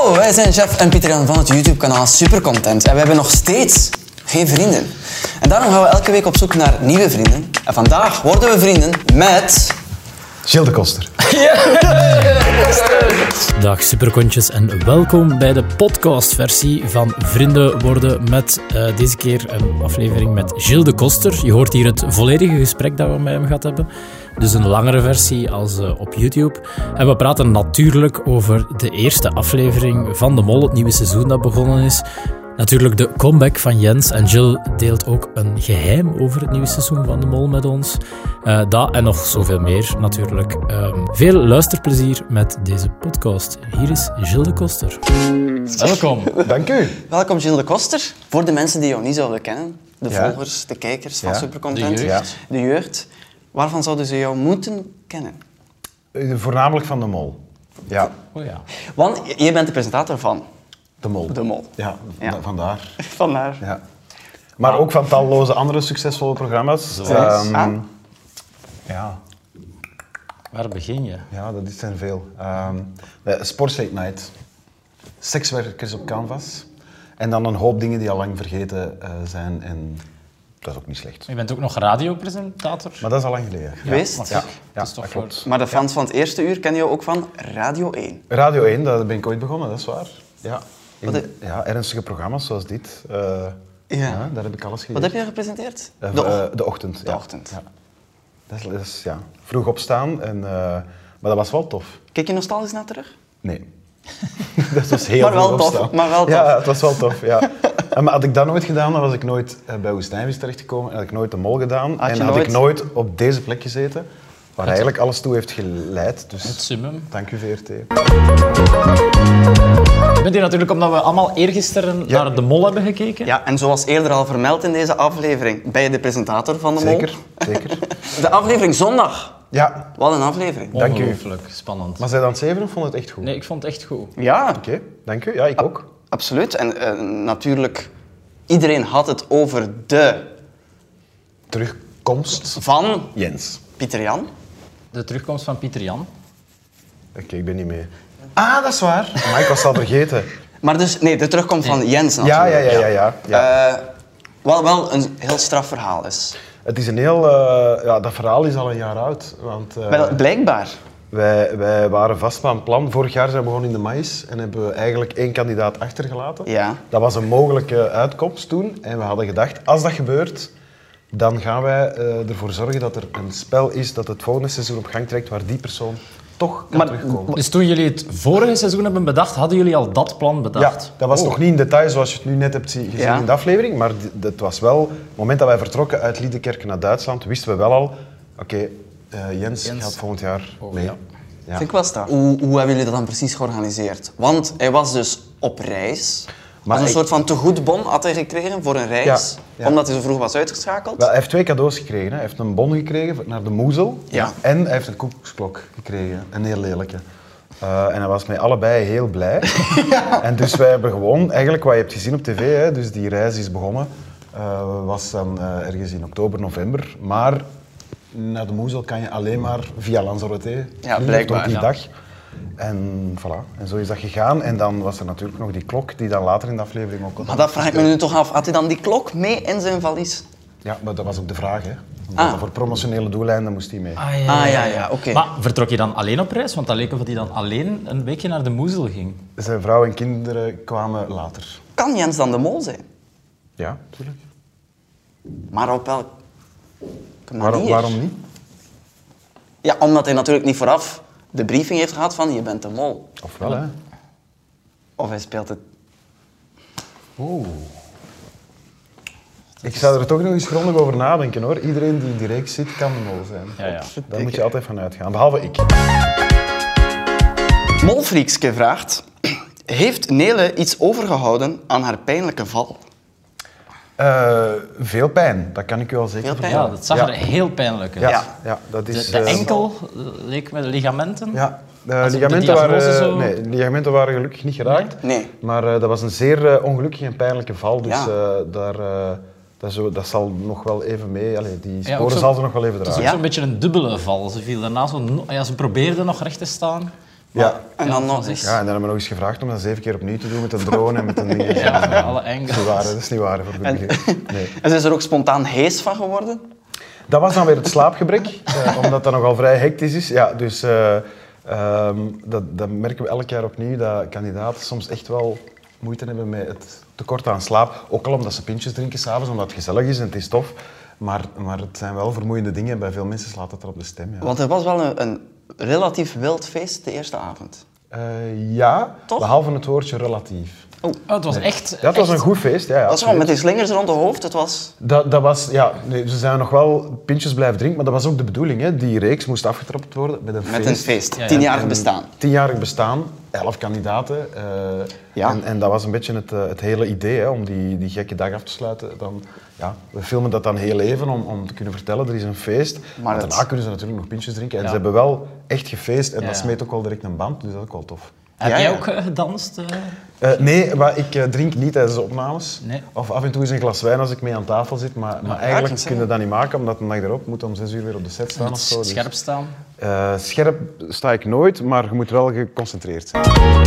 Hallo, wij zijn Jeff en Pieter-Jan van het YouTube-kanaal Supercontent. En we hebben nog steeds geen vrienden. En daarom gaan we elke week op zoek naar nieuwe vrienden. En vandaag worden we vrienden met... Gilles de Koster. Dag superkontjes en welkom bij de podcastversie van Vrienden worden met deze keer een aflevering met Gilles de Koster. Je hoort hier het volledige gesprek dat we met hem gehad hebben. Dus een langere versie als op YouTube. En we praten natuurlijk over de eerste aflevering van De Mol, het nieuwe seizoen dat begonnen is. Natuurlijk de comeback van Jens en Gilles deelt ook een geheim over het nieuwe seizoen van De Mol met ons. Dat en nog zoveel meer natuurlijk. Veel luisterplezier met deze podcast. Hier is Gilles de Koster. Welkom. Dank u. Welkom Gilles de Koster. Voor de mensen die jou niet zouden kennen, de volgers, de kijkers van Supercontent, de jeugd. Waarvan zouden ze jou moeten kennen? Voornamelijk van De Mol. Ja, Oh ja. Want jij bent de presentator van De Mol. De Mol. Ja, Ja. vandaar. Vandaar. Ja. Maar ook van talloze andere succesvolle programma's. Ja. Waar begin je? Ja, dat zijn veel. Sports Late Night. Sekswerkers op Canvas. En dan een hoop dingen die al lang vergeten zijn. En dat is ook niet slecht. Je bent ook nog radiopresentator. Maar dat is al lang geleden. Geweest? Ja, Dat is toch dat klopt. Maar de fans van het eerste uur kennen jou ook van Radio 1. Radio 1, daar ben ik ooit begonnen, dat is waar. Ja, Wat ja ernstige programma's zoals dit. Ja. Daar heb ik alles gezien. Wat heb je gepresenteerd? De ochtend. De ja. ochtend. Ja. Dat is ja, vroeg opstaan, maar dat was wel tof. Kijk je nostalgisch naar terug? Nee. Dat was heel Maar wel vroeg tof, opstaan. maar wel tof. Ja, het was wel tof, ja. Maar had ik dat nooit gedaan, dan was ik nooit bij Woestijnvis terechtgekomen. Had ik nooit De Mol gedaan. Had je Had nooit- ik nooit op deze plek gezeten, waar eigenlijk alles toe heeft geleid. Het Dus summum. dank u, VRT. Je bent hier natuurlijk omdat we allemaal eergisteren naar De Mol hebben gekeken. Ja, en zoals eerder al vermeld in deze aflevering, ben je de presentator van De Mol. Zeker, zeker. De aflevering zondag. Ja, Wat een aflevering. Dank u. Ongelooflijk spannend. maar zij dan het 7 of vond het echt goed? Nee, ik vond het echt goed. Ja, Oké, dank u. Ja, ik ook. absoluut. En natuurlijk, iedereen had het over de Terugkomst. van Jens. Pieter-Jan. De terugkomst van Pieter-Jan. Oké, ik ben niet mee. Ah, dat is waar. Maar ik was al vergeten. Maar dus, nee, de terugkomst van Jens natuurlijk. Ja. Wat wel een heel straf verhaal is. Het is een heel... dat verhaal is al een jaar oud. Want Wel, blijkbaar. wij waren vast van een plan. Vorig jaar zijn we begonnen in de maïs en hebben we eigenlijk 1 kandidaat achtergelaten. Ja. Dat was een mogelijke uitkomst toen. En we hadden gedacht, als dat gebeurt, dan gaan wij ervoor zorgen dat er een spel is dat het volgende seizoen op gang trekt waar die persoon toch kan Maar- terugkomen. Dus toen jullie het vorige seizoen hebben bedacht, hadden jullie al dat plan Ja, bedacht? dat was nog niet in detail zoals je het nu net hebt gezien Ja. in de aflevering, maar het was wel... Het moment dat wij vertrokken uit Liedekerke naar Duitsland, wisten we wel al... Oké, Jens gaat volgend jaar mee. ja. Ja. Vind ik wel straf. Hoe hebben jullie dat dan precies georganiseerd? Want hij was dus op reis. Maar Als een ik- soort van tegoedbon had hij gekregen voor een reis. Ja. Omdat hij zo vroeg was uitgeschakeld. Wel, hij heeft 2 cadeaus gekregen. Hè. Hij heeft een bon gekregen naar de Moezel. Ja. En hij heeft een koekoeksklok gekregen. Een heel lelijke. En hij was met allebei heel blij. En dus wij hebben gewoon, eigenlijk wat je hebt gezien op tv, hè, dus die reis is begonnen, was dan ergens in oktober, november. Maar naar de Moezel kan je alleen maar via Lanzarote vliegen, blijkbaar, op die ja. dag. En voilà, en zo is dat gegaan. En dan was er natuurlijk nog die klok, die dan later in de aflevering ook... Maar dat vraag ik me nu toch af. Had hij dan die klok mee in zijn valies? Ja, maar dat was ook de vraag, hè. Omdat voor promotionele doeleinden moest hij mee. Ja, oké. Maar vertrok je dan alleen op reis? Want dat leek of hij dan alleen een weekje naar de Moezel ging. Zijn vrouw en kinderen kwamen later. Kan Jens dan de Mol zijn? Ja, natuurlijk. Maar op welke manier? Waarom niet? Ja, omdat hij natuurlijk niet vooraf de briefing heeft gehad van je bent de Mol. Of wel, hè? Of hij speelt het... Oeh. Ik zou er toch nog eens grondig over nadenken, hoor. Iedereen die in die reeks zit, kan de Mol zijn. Ja. Daar moet je altijd van uitgaan. Behalve ik. Molfriekske vraagt... Heeft Nele iets overgehouden aan haar pijnlijke val? Veel pijn, dat kan ik u al zeker Veel pijn? vertellen. Ja, dat zag er heel pijnlijk uit. Ja, dat is... De enkel leek met de ligamenten. Ja, Als op de ligamenten diagnose zo- ligamenten waren gelukkig niet geraakt. Nee. Maar dat was een zeer ongelukkige en pijnlijke val. Dus Ja. dat zal nog wel even mee... Allee, die Ja, sporen ook zo- zal ze nog wel even Het is ook dragen. zo'n beetje een dubbele val. Ze viel daarna zo... Ja, ze probeerde nog recht te staan. Ja. En dan nog eens. Ja, en dan hebben we nog eens gevraagd om dat 7 keer opnieuw te doen met een drone en met een ding. Ja, alle angles. Dat is niet waar voor het begrip. Nee. En is er ook spontaan hees van geworden? Dat was dan weer het slaapgebrek, omdat dat nogal vrij hectisch is. Ja, dus dat merken we elk jaar opnieuw, dat kandidaten soms echt wel moeite hebben met het tekort aan slaap. Ook al omdat ze pintjes drinken s'avonds, omdat het gezellig is en het is tof. Maar het zijn wel vermoeiende dingen en bij veel mensen slaat het er op de stem. Ja, Want er was wel een relatief wild feest de eerste avond. Ja, Toch? behalve het woordje relatief. Oh, het was echt... Ja, het was een goed feest. Ja, Dat was gewoon absoluut. met die slingers rond de hoofd. Het was... Dat was, ja, nee, ze zijn nog wel pintjes blijven drinken, maar dat was ook de bedoeling. Hè. Die reeks moest afgetrapt worden met een feest. Met een feest. Ja, ja. 10-jarig bestaan. 10-jarig bestaan, 11 kandidaten. Ja. En dat was een beetje het hele idee, hè, om die gekke dag af te sluiten. Dan, ja, we filmen dat dan heel even om te kunnen vertellen, er is een feest. Maar het- daarna kunnen ze natuurlijk nog pintjes drinken. En Ja. ze hebben wel echt gefeest en Ja. dat smeet ook wel direct een band, dus dat is ook wel tof. Heb Ja, jij ja. ook gedanst? Nee, maar ik drink niet tijdens de opnames. Nee. Of af en toe eens een glas wijn als ik mee aan tafel zit. Maar ik eigenlijk kan kun je dat niet maken, omdat een dag erop moet om 6 uur weer op de set staan Met of zo. Dus, scherp staan? scherp sta ik nooit, maar je moet wel geconcentreerd zijn.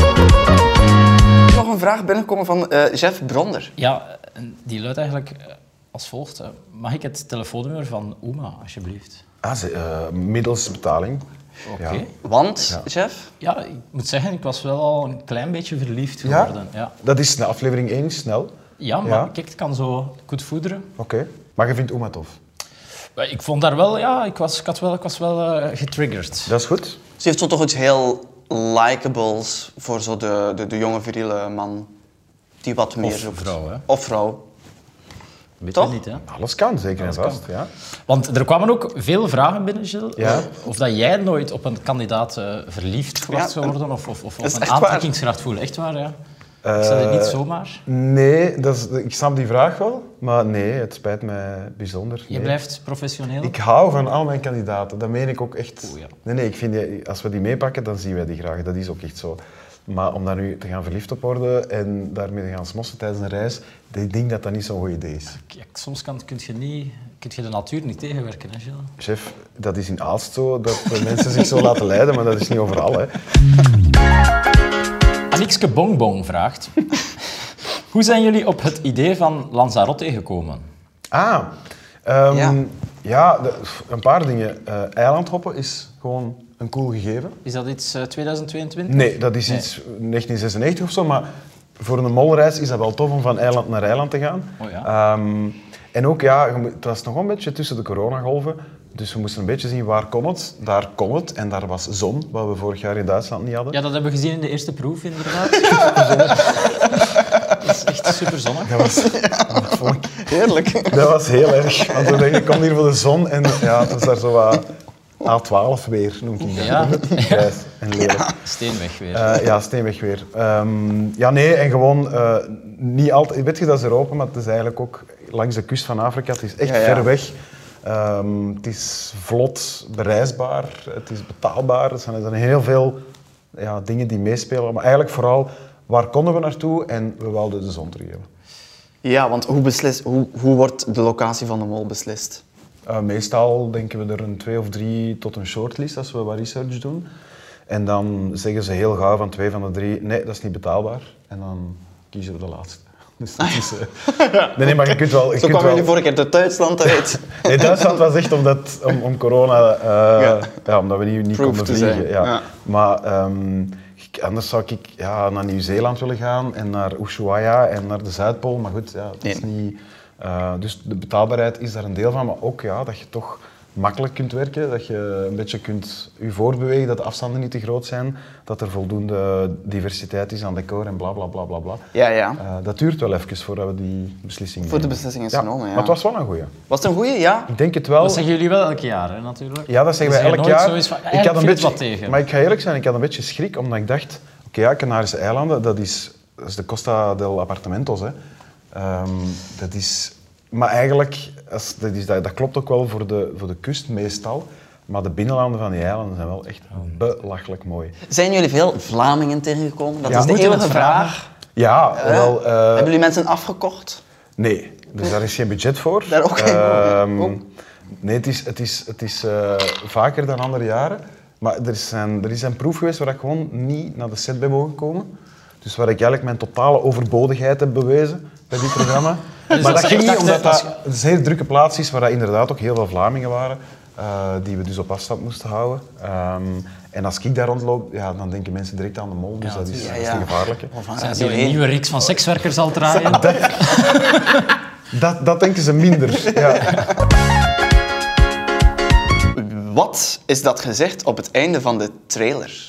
Nog een vraag binnenkomen van Jeff Bronder. Ja, en die luidt eigenlijk als volgt. Mag ik het telefoonnummer van Uma, alsjeblieft? Middels betaling. Oké. Ja. Want, Jeff, Ja, ik moet zeggen, ik was wel al een klein beetje verliefd Ja? geworden. Ja, Dat is na aflevering 1 snel. ja maar Ja. kijk, het kan zo goed voederen. Oké. Maar je vindt Uma tof. Maar ik vond daar wel, ja, ik was wel getriggerd. Dat is goed. ze heeft zo toch iets heel likeables voor zo de jonge viriele man die wat meer zoekt. vrouw, hè? Of vrouw. Weet Toch? je niet, hè? Alles kan, zeker en vast. Ja. Want er kwamen ook veel vragen binnen, Gilles. Ja. Of dat jij nooit op een kandidaat verliefd was Ja, geworden of is een echt waar. aantrekkingskracht voelen. Echt waar, ja. Is dat niet zomaar? Nee, ik snap die vraag wel. Maar nee, het spijt mij bijzonder. Je Nee. blijft professioneel? Ik hou van al mijn kandidaten, dat meen ik ook echt. Oeh, ja. Nee, ik vind als we die meepakken, dan zien wij die graag. Dat is ook echt zo. Maar om daar nu te gaan verliefd op worden en daarmee te gaan smossen tijdens een reis, ik denk dat dat niet zo'n goed idee is. Kijk, soms kun je de natuur niet tegenwerken, hè, Gilles? Chef, dat is in Aalst zo, dat de mensen zich zo laten leiden, maar dat is niet overal. Hè. Anikske Bongbong vraagt... Hoe zijn jullie op het idee van Lanzarote gekomen? Ja, een paar dingen. Eilandhoppen is gewoon een cool gegeven. Is dat iets 2022? Nee, dat is iets 1996 of zo, maar voor een molreis is dat wel tof om van eiland naar eiland te gaan. Oh ja. En ook, ja, het was nog wel een beetje tussen de coronagolven, dus we moesten een beetje zien waar kon het. Daar kon het en daar was zon, wat we vorig jaar in Duitsland niet hadden. Ja, dat hebben we gezien in de eerste proef, inderdaad. Dat is echt super zonnig. Dat vond ik- Heerlijk. dat was heel erg, want we denken, ik kom hier voor de zon en ja, het was daar zo wat A12 weer, noem ik dat. Ja. Grijs en lelijk. Steenweg weer. Ja, Steenweg weer. Ja, nee, en gewoon niet altijd... Weet je, dat is Europa, maar het is eigenlijk ook langs de kust van Afrika. Het is echt Ja, ja. ver weg. Het is vlot bereisbaar, het is betaalbaar. Er zijn heel veel dingen die meespelen. Maar eigenlijk vooral, waar konden we naartoe en we wilden de zon terug hebben. Ja, want hoe wordt de locatie van de mol beslist? Meestal denken we er een 2 of 3 tot een shortlist als we wat research doen. En dan zeggen ze heel gauw van 2 van de 3, nee, dat is niet betaalbaar. En dan kiezen we de laatste. Dus dat is, nee, maar je kunt wel... Zo kwamen jullie vorige keer uit Duitsland uit. Nee, Duitsland was echt om corona, omdat we niet Proof konden te vliegen. zijn, Ja. ja. Maar anders zou ik naar Nieuw-Zeeland willen gaan en naar Ushuaia en naar de Zuidpool. Maar goed, ja, het is niet... dus de betaalbaarheid is daar een deel van, maar ook dat je toch makkelijk kunt werken, dat je een beetje kunt je voortbewegen, dat de afstanden niet te groot zijn, dat er voldoende diversiteit is aan decor en bla bla bla bla bla. Ja. Dat duurt wel even voordat we die beslissing Voor de nemen. beslissing is genomen, ja. Maar het was wel een goeie. Was het een goeie? Ja. Ik denk het wel. Dat zeggen jullie wel elk jaar, hè, natuurlijk. Ja, dat zeggen Dus wij je elk nooit jaar. zoiets van, Ik eigenlijk had een viel het beetje, wat tegen. maar ik ga eerlijk zijn, ik had een beetje schrik, omdat ik dacht, oké, Canarische eilanden, dat is de Costa del Apartamentos. Hè. Dat is... Maar eigenlijk, dat klopt ook wel voor de kust meestal. Maar de binnenlanden van die eilanden zijn wel echt belachelijk mooi. Zijn jullie veel Vlamingen tegengekomen? Dat Ja, is de moeten we eeuwige het vragen? vraag. Ja, wel... Hebben jullie mensen afgekocht? Nee, dus daar is geen budget voor. Daar ook geen. Nee, het is vaker dan andere jaren. Maar er is een proef geweest waar ik gewoon niet naar de set ben mogen komen. Dus waar ik eigenlijk mijn totale overbodigheid heb bewezen bij dit programma. Dus Maar dat dat is ging echt niet omdat als dat een zeer drukke plaats is, waar dat inderdaad ook heel veel Vlamingen waren. Die we dus op afstand moesten houden. En als ik daar rondloop, ja, dan denken mensen direct aan de mol. Dus dat is ja, dat is ja. niet gevaarlijke. Zijn ze een nieuwe reeks van sekswerkers al draaien? Dat denken ze minder. Ja. Wat is dat gezegd op het einde van de trailer?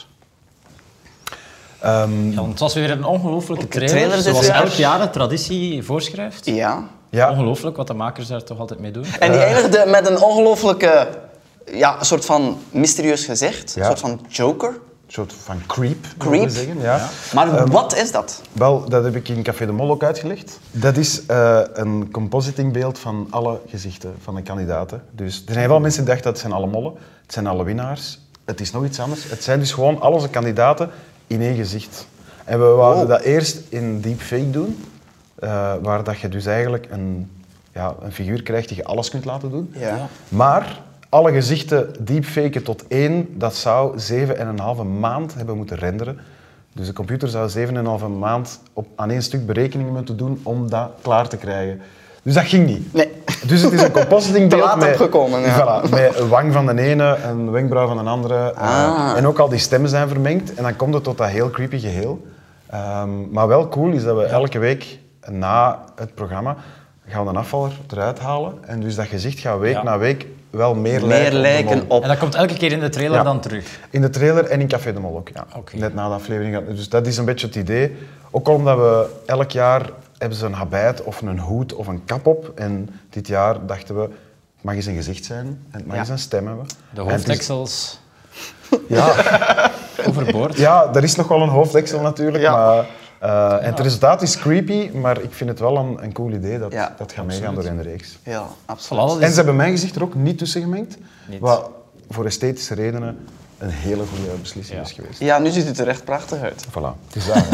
Ja, want het was weer een ongelooflijke trailer, trailer dit zoals jaar. elk jaar de traditie voorschrijft. Ja. Ja. Ongelooflijk wat de makers daar toch altijd mee doen. En die eindigde met een ongelooflijke, ja, een soort van mysterieus gezegd. Ja. Een soort van joker. Een soort van creep, Creep? willen we zeggen. Ja. Maar wat is dat? Wel, dat heb ik in Café de Mol ook uitgelegd. Dat is een compositingbeeld van alle gezichten van de kandidaten. Dus er zijn wel mensen die dachten dat het zijn alle mollen, het zijn alle winnaars. Het is nog iets anders. Het zijn dus gewoon al onze kandidaten in één gezicht. En we wouden dat eerst in deepfake doen, waar dat je dus eigenlijk een figuur krijgt die je alles kunt laten doen. Ja. Maar alle gezichten deepfaken tot 1, dat zou 7,5 maand hebben moeten renderen. Dus de computer zou 7,5 maand aan één stuk berekeningen moeten doen om dat klaar te krijgen. Dus dat ging niet. Nee. Dus het is een compositingbeeld Te laat met, opgekomen, ja. voilà, met een wang van de ene, een wenkbrauw van de andere. En ook al die stemmen zijn vermengd. En dan komt het tot dat heel creepy geheel. Maar wel cool is dat we elke week na het programma gaan we een afvaller eruit halen. En dus dat gezicht gaat week na week wel meer lijken op de mol. En dat komt elke keer in de trailer Ja. dan terug. In de trailer en in Café de Mol ook, ja. Oké. Net na de aflevering. Dus dat is een beetje het idee. Ook omdat we elk jaar hebben ze een habit of een hoed of een kap op. En dit jaar dachten we, het mag eens een gezicht zijn en het mag eens een stem hebben. De En het is- hoofddeksels Ja, overboord. ja, er is nog wel een hoofddeksel natuurlijk. Ja. Maar, en het resultaat is creepy, maar ik vind het wel een cool idee dat Ja, dat gaat meegaan door in de reeks. Ja, absoluut. Voilà, dat En is... ze hebben mijn gezicht er ook niet tussen gemengd. Niet. Wat voor esthetische redenen een hele goede beslissing is geweest. Ja, nu ziet het er echt prachtig uit. Voilà, het is daar.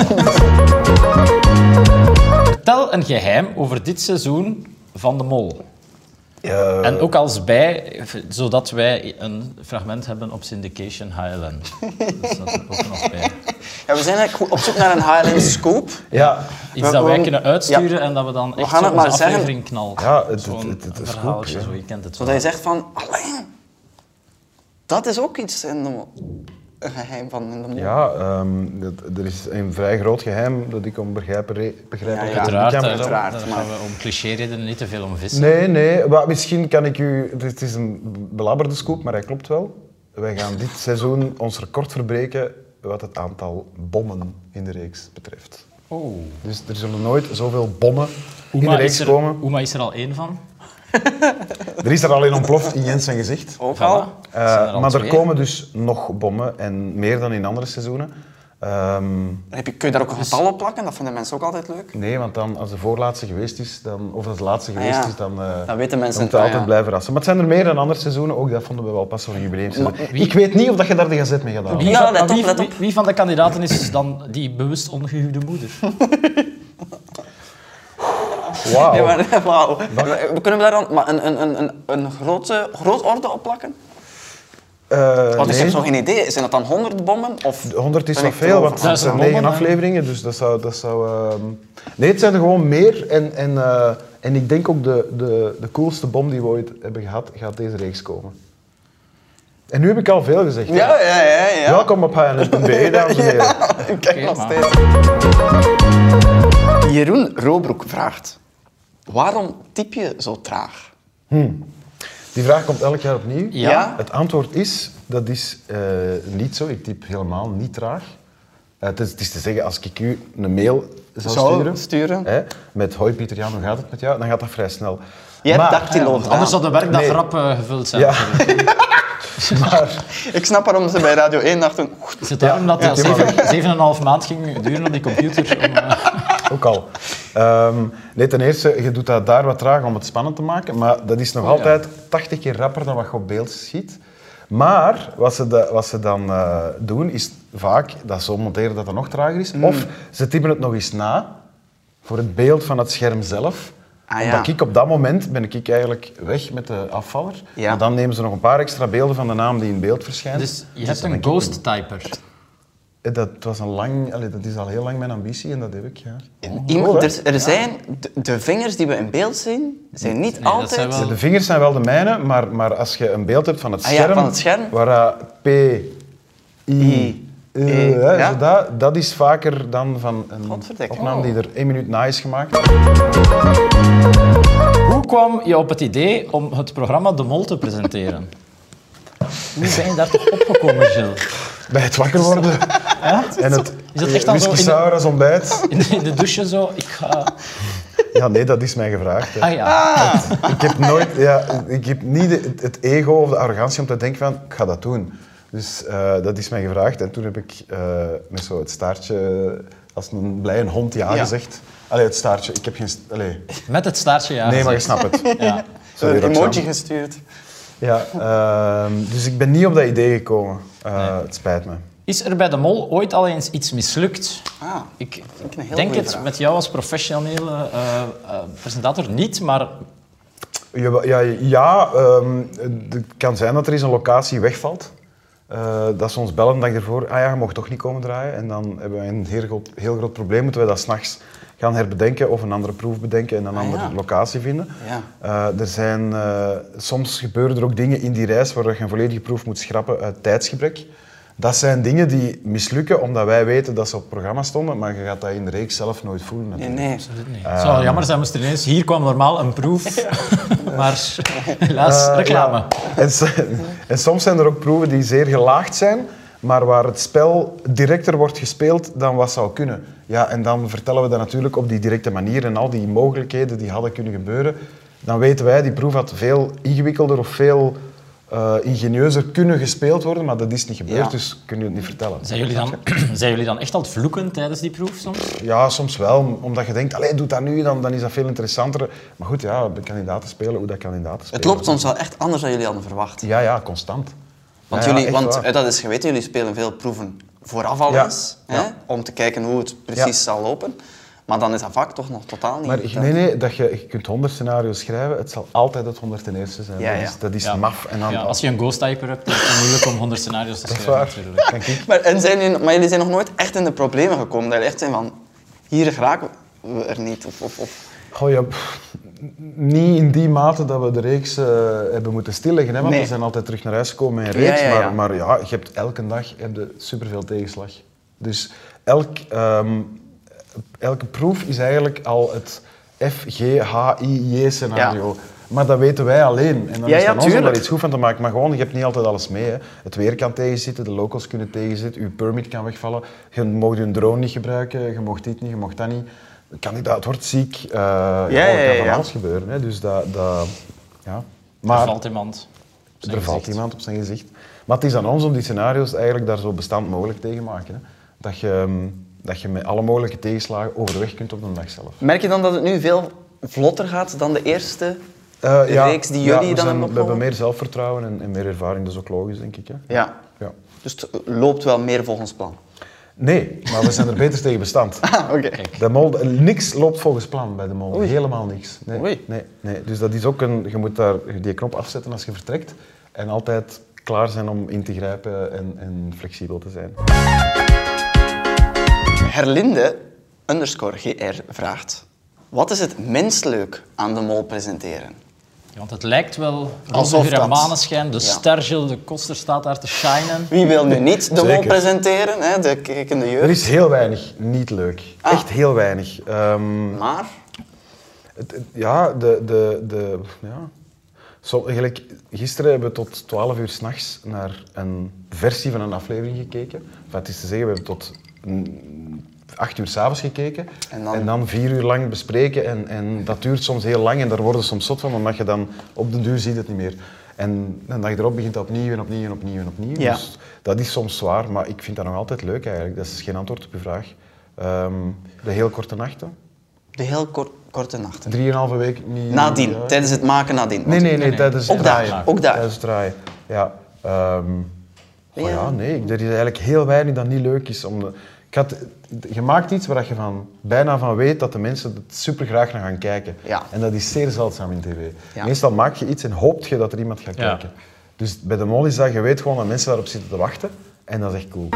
Vertel een geheim over dit seizoen van de Mol. En ook als bij, zodat wij een fragment hebben op Syndication Highland. Dus dat is ook nog bij. Ja, we zijn eigenlijk op zoek naar een Highland scoop. Ja, Iets dat wij kunnen uitsturen en dat we dan echt gaan zo het maar onze zeggen. aflevering knalt. Ja, Oh, Zo'n het een is verhaaltje, goed, ja. zo, je kent het Zodat wel. je zegt van, alleen, dat is ook iets in de mol. Een geheim van in de mol. ja er is een vrij groot geheim dat ik om begrijpen Ja, ja. Uiteraard, kan daar vertellen. uiteraard, gaan we om cliché-redenen niet te veel om vissen. Nee, maar misschien kan ik u... Het is een belabberde scoop, maar hij klopt wel. Wij gaan dit seizoen ons record verbreken wat het aantal bommen in de reeks betreft. Oh. Dus er zullen nooit zoveel bommen in de reeks komen. Oema is er al één van. Er is er al een ontploft in Jens zijn gezicht. Ook al. Voilà. Zijn er al Maar er twee? komen dus nog bommen en meer dan in andere seizoenen. Kun je daar ook een getal op plakken? Dat vinden mensen ook altijd leuk. Nee, want dan, als de voorlaatste geweest is, of als de laatste geweest ja. is, dan weten mensen, moet het altijd ja. blijven verrassen. Maar het zijn er meer dan andere seizoenen, ook dat vonden we wel pas voor een jubileumseizoen. Maar Ik weet niet of dat je daar de gazet mee gaat halen. Ja, van- let op, wie, let op. wie van de kandidaten is dan die bewust ongehuwde moeder? Wauw. Nee, maar, wauw. Kunnen we daar dan maar een groot orde op plakken? Want ik heb nee, zo geen idee. Zijn dat dan 100 bommen? Of 100 is ben nog ik veel, te want over? het zijn 1000 9 bommen, hè? afleveringen, dus dat zou Nee, het zijn er gewoon meer. En ik denk ook de coolste bom die we ooit hebben gehad, gaat deze reeks komen. En nu heb ik al veel gezegd. hè. Ja. Welkom op HNS.be, dames en heren. Kijk Oké, nog maar- steeds. Jeroen Robroek vraagt: waarom typ je zo traag? Die vraag komt elk jaar opnieuw. Ja. Het antwoord is, dat is niet zo. Ik typ helemaal niet traag. Het is te zeggen, als ik u een mail zou sturen, hè, met hoi Pieter Jan, hoe gaat het met jou? Dan gaat dat vrij snel. Jij hebt Maar- dactylo gedaan. Anders zou de werkdag Nee. rap gevuld zijn. Ja. Maar Ik snap waarom ze bij Radio 1 dachten... Is het daarom dat Ja, het ja, 7,5 maand ging duren op die computer? Om, ook al. Nee, ten eerste, je doet dat daar wat traag om het spannend te maken, maar dat is nog altijd 80 keer rapper dan wat je op beeld ziet. Maar wat ze dan doen, is vaak dat zo monteren dat het nog trager is. Of ze typen het nog eens na, voor het beeld van het scherm zelf. Omdat ik op dat moment ben ik eigenlijk weg met de afvaller. Ja. Maar dan nemen ze nog een paar extra beelden van de naam die in beeld verschijnt. Dus je Dus hebt dan een ben ik ghost-typer. Dat is al heel lang mijn ambitie en dat heb ik, ja. Er zijn de vingers die we in beeld zien, zijn niet dat altijd... zijn wel- De vingers zijn wel de mijne, maar als je een beeld hebt van het scherm, van het scherm. waar P, I, ja. dat is vaker dan van een Godverdikke. opname die er 1 minuut na is gemaakt. Hoe kwam je op het idee om het programma De Mol te presenteren? Hoe ben je daar toch opgekomen, Gilles? Bij het wakker worden en het Is dat echt dan zo whisky in de- sour als ontbijt. In de douche zo, ik ga... Ja, nee, dat is mij gevraagd. Hè. Ah ja. Ik heb niet het ego of de arrogantie om te denken van, ik ga dat doen. Dus dat is mij gevraagd en toen heb ik met zo het staartje, als een blije hond ja gezegd. Allee, het staartje, ik heb geen... Met het staartje ja. Nee, maar je gezegd. snapt het. Ja. Sorry, een Roxanne. emoji gestuurd. Ja, dus ik ben niet op dat idee gekomen. Het spijt me. Is er bij De Mol ooit al eens iets mislukt? Ik vind ik een heel denk goeie het vraag. met jou als professionele presentator niet, maar Het kan zijn dat er eens een locatie wegvalt. Dat ze ons bellen de dag ervoor, je mag toch niet komen draaien. En dan hebben wij een heel groot probleem. Moeten we dat 's nachts gaan herbedenken of een andere proef bedenken en een andere locatie vinden. Ja. Soms gebeuren er ook dingen in die reis waar je een volledige proef moet schrappen uit tijdsgebrek. Dat zijn dingen die mislukken omdat wij weten dat ze op het programma stonden, maar je gaat dat in de reeks zelf nooit voelen. Natuurlijk. Nee. het zou wel jammer zijn moest er ineens... Hier kwam normaal een proef, maar helaas reclame. Ja. En soms zijn er ook proeven die zeer gelaagd zijn, maar waar het spel directer wordt gespeeld dan wat zou kunnen. Ja, en dan vertellen we dat natuurlijk op die directe manier en al die mogelijkheden die hadden kunnen gebeuren. Dan weten wij, die proef had veel ingewikkelder of veel ingenieuzer kunnen gespeeld worden, maar dat is niet gebeurd, dus kun je het niet vertellen. Zijn jullie dan echt aan het vloeken tijdens die proef soms? Ja, soms wel, omdat je denkt, allee, doe dat nu, dan is dat veel interessanter. Maar goed, ja, de kandidaten spelen hoe dat kandidaten spelen. Het loopt soms wel echt anders dan jullie hadden verwacht. Ja, constant. Want, Ja, jullie, echt want waar. dat is geweten, jullie spelen veel proeven vooraf al Ja. eens, Ja. hè, om te kijken hoe het precies zal lopen. Maar dan is dat vak toch nog totaal niet... Maar nee, je kunt 100 scenario's schrijven, het zal altijd het 101ste zijn. Ja, ja. Dat is Ja. maf. En dan, Ja, als je een ghost-typer hebt, is het moeilijk om 100 scenario's te dat is schrijven waar, natuurlijk. denk ik. Maar jullie zijn nog nooit echt in de problemen gekomen. Dat jullie echt zijn van, hier geraken we er niet. Of. Goh, ja, niet in die mate dat we de reeks hebben moeten stilleggen, hè, want Nee. we zijn altijd terug naar huis gekomen met een reeks. Ja. Maar je hebt elke dag superveel tegenslag. Dus elke proef is eigenlijk al het F, G, H, I, J scenario. Maar dat weten wij alleen. En dan Ja, is het ja, aan ons om daar tuurlijk. iets goed van te maken. Maar gewoon, je hebt niet altijd alles mee. Hè. Het weer kan tegenzitten, de locals kunnen tegenzitten, je permit kan wegvallen. Je mag je drone niet gebruiken, je mag dit niet, je mag dat niet. De kandidaat wordt ziek. Er kan van alles gebeuren. Hè. Dus ja. Maar Er valt iemand. op zijn er valt gezicht. iemand op zijn gezicht. Maar het is aan ons om die scenario's eigenlijk daar zo bestand mogelijk tegen te maken. Hè. Dat je met alle mogelijke tegenslagen overweg kunt op de dag zelf. Merk je dan dat het nu veel vlotter gaat dan de eerste reeks die jullie dan hebben we hebben opgenomen? meer zelfvertrouwen en meer ervaring, dat is ook logisch, denk ik. Hè. Ja. Ja. Dus het loopt wel meer volgens plan. Nee, maar we zijn er beter tegen bestand. Oké. De Mol, niks loopt volgens plan bij de Mol. Helemaal niks. Oei. Nee. Dus dat is ook je moet daar die knop afzetten als je vertrekt en altijd klaar zijn om in te grijpen en flexibel te zijn. Herlinde _GR vraagt: wat is het minst leuk aan de Mol presenteren? Ja, want het lijkt wel Alsof alsof er dat- een maneschijn, de Ja. ster Gilles de Koster staat daar te shinen. Wie wil nu niet de Mol Zeker. presenteren, hè? De kijkende Er jeugd? is heel weinig niet leuk. Echt heel weinig. Maar? Gelijk, gisteren hebben we tot 12 uur 's nachts naar een versie van een aflevering gekeken. Enfin, het is te zeggen, we hebben tot 8 uur 's avonds gekeken. En dan 4 uur lang bespreken. En dat duurt soms heel lang en daar worden ze soms zot van, omdat je dan op de duur ziet het niet meer. En de dag erop begint dat opnieuw en opnieuw en opnieuw en opnieuw. Ja. Dus dat is soms zwaar, maar ik vind dat nog altijd leuk eigenlijk. Dat is geen antwoord op uw vraag. De heel korte nachten. De heel korte nachten. 3,5 week niet... Nadien, ja. tijdens het maken nadien. Nee, tijdens het Ook daar, draaien. ook daar. Tijdens het draaien, ja. Ja. Nee, er is eigenlijk heel weinig dat niet leuk is. Je maakt iets waar je bijna van weet dat de mensen het super graag naar gaan kijken. Ja. En dat is zeer zeldzaam in tv. Ja. Meestal maak je iets en hoopt je dat er iemand gaat kijken. Dus bij de Mol is dat, je weet gewoon dat mensen daarop zitten te wachten. En dat is echt cool.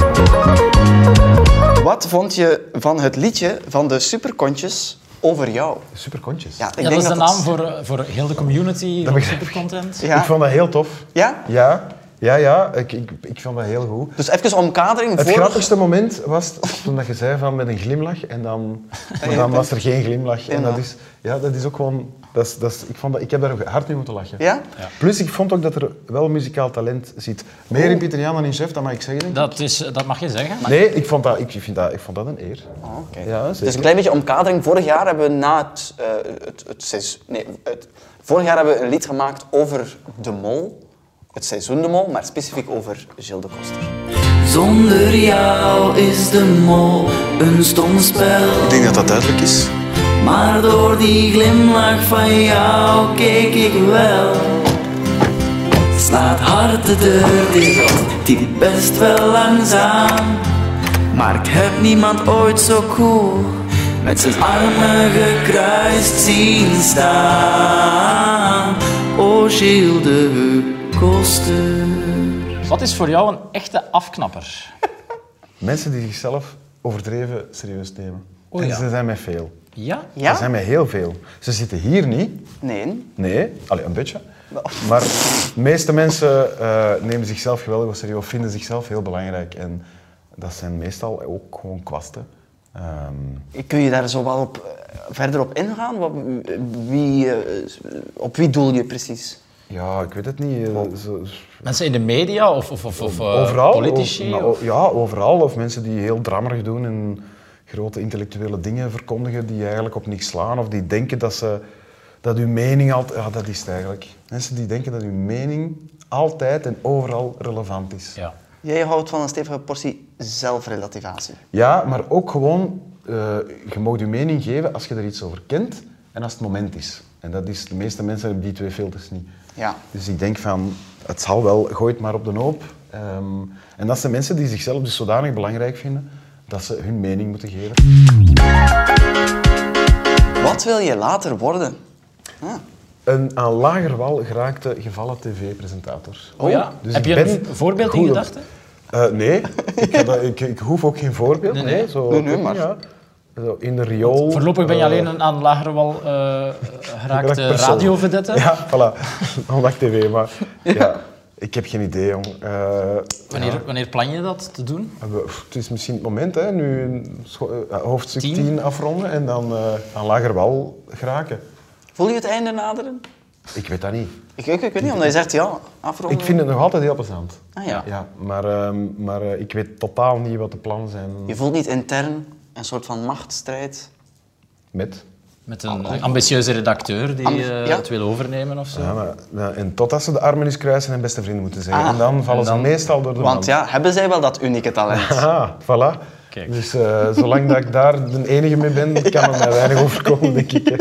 Wat vond je van het liedje van de Superkontjes over jou? Superkontjes. Ja, dat is de naam voor heel de community van Supercontent. Ja. Ik vond dat heel tof. Ja? Ja. Ik vond dat heel goed. Dus even omkadering Het voor... grappigste moment was toen dat je zei van met een glimlach en dan was er geen glimlach. En dat is ook gewoon... Ik heb daar ook hard mee moeten lachen. Ja? Plus, ik vond ook dat er wel muzikaal talent zit. Meer in Pieter Jan dan in Chef, dat mag ik zeggen, denk ik. Dat mag je zeggen. Nee, ik vond dat een eer. Oh, okay. Ja, dus een klein beetje omkadering. Vorig jaar hebben we vorig jaar hebben we een lied gemaakt over de Mol. Het seizoen de Mol, maar specifiek over Gilles de Koster. Zonder jou is de Mol een stom spel. Ik denk dat dat duidelijk is. Maar door die glimlach van jou keek ik wel. Slaat hard de deur dicht, die best wel langzaam. Maar ik heb niemand ooit zo cool met zijn armen gekruist zien staan. O Gilles de Koster. Wat is voor jou een echte afknapper? Mensen die zichzelf overdreven serieus nemen. Oh, en ja. ze zijn mij veel. Ja? Ja? Ze zijn mij heel veel. Ze zitten hier niet. Nee. Allee, een beetje. Maar de meeste mensen nemen zichzelf geweldig serieus of vinden zichzelf heel belangrijk. En dat zijn meestal ook gewoon kwasten. Kun je daar zo wel verder op ingaan? Op wie doel je precies? Ja, ik weet het niet. Mensen in de media of Overal. politici? Ja, overal. Of mensen die heel drammerig doen en grote intellectuele dingen verkondigen die eigenlijk op niks slaan. Of die denken dat uw mening altijd... Ja, dat is het eigenlijk. Mensen die denken dat uw mening altijd en overal relevant is. Ja. Jij houdt van een stevige portie zelfrelativatie. Ja, maar ook gewoon... je mag je mening geven als je er iets over kent en als het moment is. En dat is... De meeste mensen hebben die twee filters niet. Ja. Dus ik denk van... Het zal wel, gooi het maar op de hoop. En dat zijn mensen die zichzelf dus zodanig belangrijk vinden dat ze hun mening moeten geven. Wat wil je later worden? Een aan lager wal geraakte gevallen tv-presentator. Oh ja? Dus Heb ik je ben een voorbeeld in goed gedachten? Nee, ik hoef ook geen voorbeeld. Nee. Nee, maar... Ja. Zo in de riool... Voorlopig ben je alleen een aan lager wal geraakte radiovedette. Ja, voilà. Aldag TV, maar... Ja. Ik heb geen idee, jong. Wanneer plan je dat te doen? Het is misschien het moment, hè. Nu hoofdstuk 10 afronden en dan aan lager wal geraken. Voel je het einde naderen? Ik weet dat niet. Ik weet niet, omdat je zegt ja, afronden. Ik vind het nog altijd heel plezant. Ah ja. Ja, maar ik weet totaal niet wat de plannen zijn. Je voelt niet intern een soort van machtsstrijd? Met? Met een ambitieuze redacteur die het wil overnemen of zo. Ja, en totdat ze de armen eens kruisen en beste vrienden moeten zijn. En dan vallen ze meestal door de Want mand. ja, hebben zij wel dat unieke talent? Aha, voilà. Kijk. Dus zolang dat ik daar de enige mee ben, kan er mij weinig overkomen, denk ik. Hè.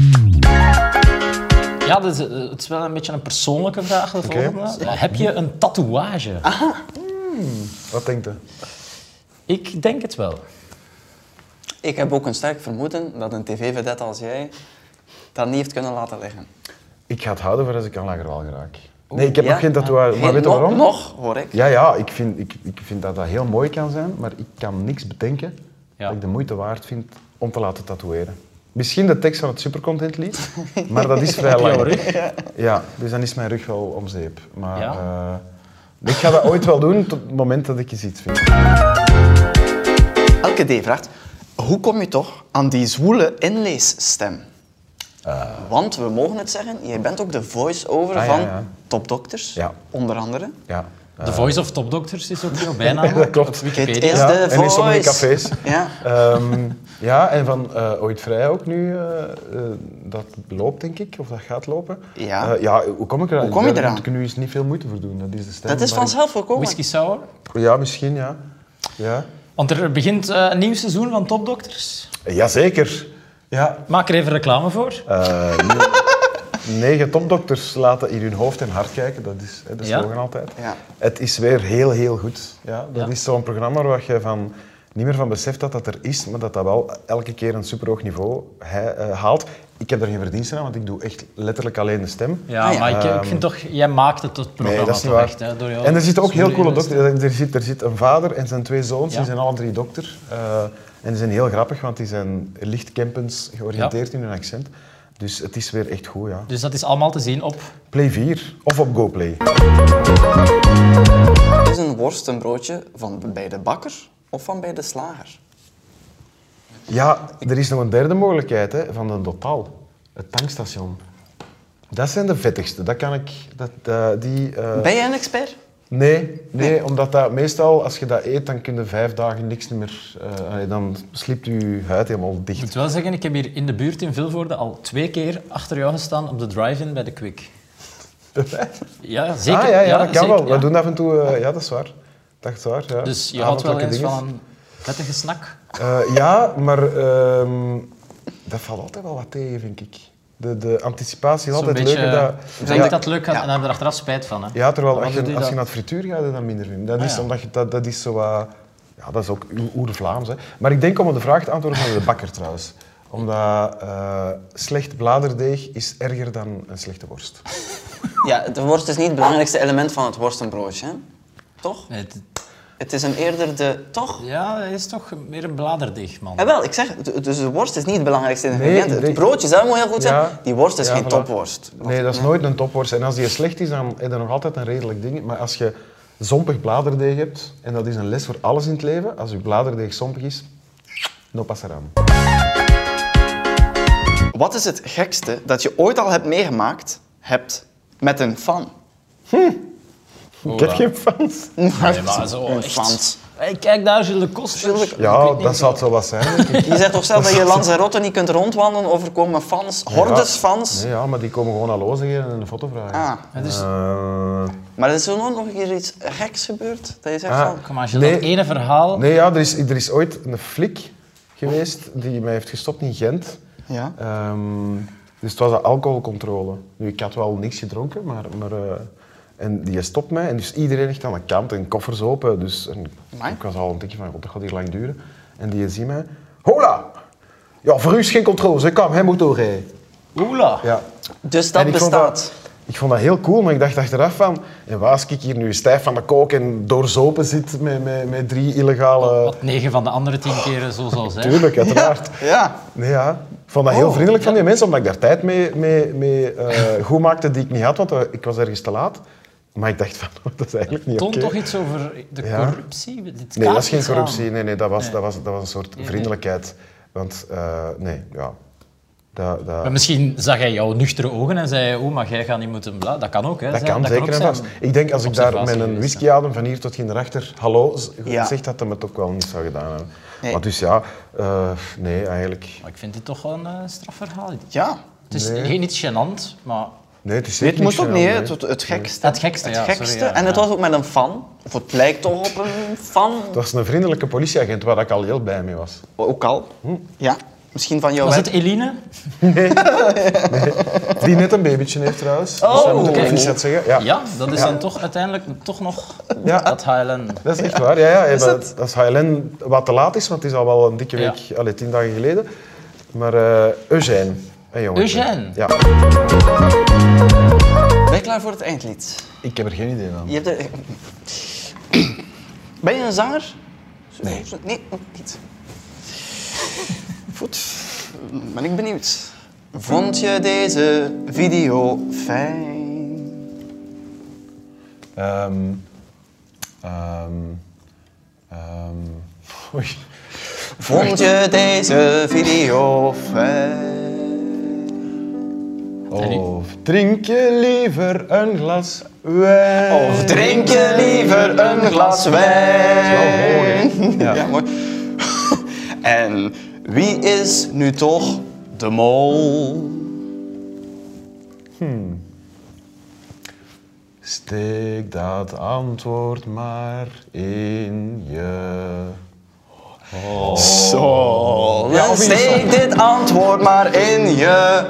Ja, dus, het is wel een beetje een persoonlijke vraag. De volgende. Heb je een tatoeage? Wat denkt u? Ik denk het wel. Ik heb ook een sterk vermoeden dat een tv-vedette als jij dat niet heeft kunnen laten liggen. Ik ga het houden voor als ik aan Lagerwal geraak. Nee, ik heb nog geen tatoeage. Maar weet je waarom? Nog, hoor ik. Ja, ik vind dat dat heel mooi kan zijn, maar ik kan niks bedenken dat ik de moeite waard vind om te laten tatoeëren. Misschien de tekst van het Supercontentlied, maar dat is vrij lang. Ja, dus dan is mijn rug wel om zeep. Maar ik ga dat ooit wel doen tot het moment dat ik eens iets vind. Elke D vraagt, hoe kom je toch aan die zwoele inleesstem? Want we mogen het zeggen, jij bent ook de voice-over van Top Doctors, onder andere. Ja. The Voice of Top Doctors is ook jouw bijnaam. Dat klopt. Op Wikipedia. Het is de en in sommige voice. cafés. Ja. En van Ooit Vrij ook nu. Dat loopt, denk ik, of dat gaat lopen. Ja. Hoe kom ik eraan? Hoe kom je eraan? Daar moet ik nu eens niet veel moeite voor doen. Dat is de stem. Dat is vanzelf gekomen. Whisky Sour. Ja, misschien, ja. Want er begint een nieuw seizoen van Top Doctors. Jazeker. Ja. Maak er even reclame voor. 9 topdokters laten in hun hoofd en hart kijken. Dat is de slogan altijd. Ja. Het is weer heel, heel goed. Ja, dat is zo'n programma waar je van niet meer van beseft dat er is, maar dat wel elke keer een superhoog niveau haalt. Ik heb er geen verdiensten aan, want ik doe echt letterlijk alleen de stem. Ja, maar ik vind toch, jij maakt het tot programma. Nee, dat is niet waar. Echt, hè, door jou en er zitten ook heel coole dokters. Er zit een vader en zijn 2 zoons, die zijn alle 3 dokter. En die zijn heel grappig, want die zijn licht Kempens georiënteerd in hun accent. Dus het is weer echt goed, ja. Dus dat is allemaal te zien op... Play 4 of op GoPlay. Is een worst een broodje van bij de bakker of van bij de slager? Ja, er is nog een derde mogelijkheid, hè, van de Total. Het tankstation. Dat zijn de vettigste. Dat kan ik... Ben jij een expert? Nee, omdat dat meestal, als je dat eet, dan kun je 5 dagen niks meer... dan sliept je huid helemaal dicht. Ik moet wel zeggen, ik heb hier in de buurt in Vilvoorde al 2 keer achter jou gestaan op de drive-in bij de Quick. Ja, zeker. Ja, dat kan zeker, wel. We doen af en toe... ja, dat is waar. Dat is waar, ja. Dus je houdt wel eens van een vettige snack? Ja, maar dat valt altijd wel wat tegen, vind ik. De anticipatie is altijd leuker. Je denkt dat het leuk gaat en dan heb je er achteraf spijt van. Hè? Ja, terwijl als je naar het frituur gaat, je dat minder vindt. Dat is omdat dat is zo... ja, dat is ook oer-Vlaams. Maar ik denk om op de vraag te antwoorden van de bakker trouwens. Omdat slecht bladerdeeg is erger dan een slechte worst. Ja, de worst is niet het belangrijkste element van het worstenbroodje, hè? Toch? Nee, het is een eerder de... Toch? Ja, hij is toch meer een bladerdeeg, man. Wel, ik zeg, dus de worst is niet het belangrijkste ingrediënt. Het broodje zelf moet heel goed zijn. Ja, die worst is geen voilà. topworst. Nee, dat is nooit een topworst. En als die slecht is, dan is dat nog altijd een redelijk ding. Maar als je zompig bladerdeeg hebt, en dat is een les voor alles in het leven, als je bladerdeeg zompig is, no pasarán. Wat is het gekste dat je ooit al hebt meegemaakt met een fan? Ik heb geen fans. Nee, maar zo Een echt... fans. Hey, kijk daar, Gilles de Koster. Ja, dat zal het zo wat zijn, denk ik. Je zegt toch zelf dat je Lanzarote niet kunt rondwandelen of er komen fans, hordes fans? Nee, ja, maar die komen gewoon hallo zeggen en een foto vragen. Dus... Maar er is er nog een keer iets geks gebeurd? Dat je zegt van... Kom maar, Gilles, dat ene verhaal... Nee, ja, er is ooit een flik geweest die mij heeft gestopt in Gent. Ja. Dus het was een alcoholcontrole. Nu, ik had wel niks gedronken, maar en die stopt mij. En dus iedereen ligt aan de kant en koffers open. Dus ik was al een tikje van, dat gaat hier lang duren. En die ziet mij. Hola! Ja, voor u is geen controle. Kom, hij moet doorrijden. Hola! Ja. Dus dat bestaat. Ik vond dat heel cool, maar ik dacht achteraf van... En waar als ik hier nu stijf van de kook en doorzopen zit met 3 illegale... Wat 9 van de andere 10 keren zo zal zijn. Tuurlijk, uiteraard. Ja. Nee, ja. Ik vond dat heel vriendelijk van die mensen, omdat ik daar tijd mee goed maakte die ik niet had, want ik was ergens te laat. Maar ik dacht van, dat is eigenlijk niet oké. Toont toch iets over de corruptie? Nee, dat is geen corruptie. Nee, dat was een soort vriendelijkheid. Want, Maar misschien zag hij jouw nuchtere ogen en zei hij, maar jij gaat niet moeten... Dat kan ook, hè? Dat kan zeker en vast. Ik denk, als ik daar met een whisky adem van hier tot daarachter hallo zeg, dat hij het ook wel niet zou gedaan hebben. Nee. Maar dus ja, nee, eigenlijk... Maar ik vind dit toch wel een strafverhaal. Ja. Het is geen iets gênant, maar... Nee, het is zeker het moest ook niet, het gekste. Het gekste, ja. Sorry, ja. En het was ook met een fan. Of het lijkt toch op een fan. Het was een vriendelijke politieagent waar ik al heel blij mee was. Ook al? Ja. Misschien van jou. Was het Eline? Nee. Die net een babytje heeft trouwens. Oh, dus dat moet ik officieel zeggen. Ja, dat is dan toch uiteindelijk nog dat HLN. Dat is echt waar. Ja, dat is HLN wat te laat is, want het is al wel een dikke week, 10 dagen geleden. Maar Eugène. Eugène? Ja. Ben je klaar voor het eindlied? Ik heb er geen idee van. Ben je een zanger? Nee. Nee, niet. Goed, ben ik benieuwd. Vond je deze video fijn? Vond je deze video fijn? Of drink je liever een glas wijn? Of drink je liever een glas wijn? Dat is wel mooi, hè? Ja, mooi. En wie is nu toch de mol? Steek dat antwoord maar in je... Zo, dan steek dit antwoord maar in je...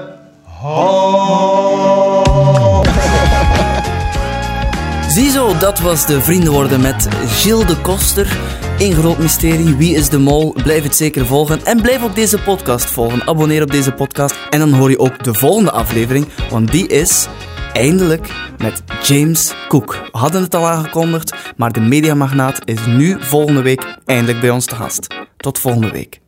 Ziezo, dat was de Vrienden worden met Gilles de Koster. Eén groot mysterie, wie is de mol? Blijf het zeker volgen en blijf ook deze podcast volgen. Abonneer op deze podcast en dan hoor je ook de volgende aflevering, want die is eindelijk met James Cook. We hadden het al aangekondigd, maar de mediamagnaat is nu volgende week eindelijk bij ons te gast. Tot volgende week.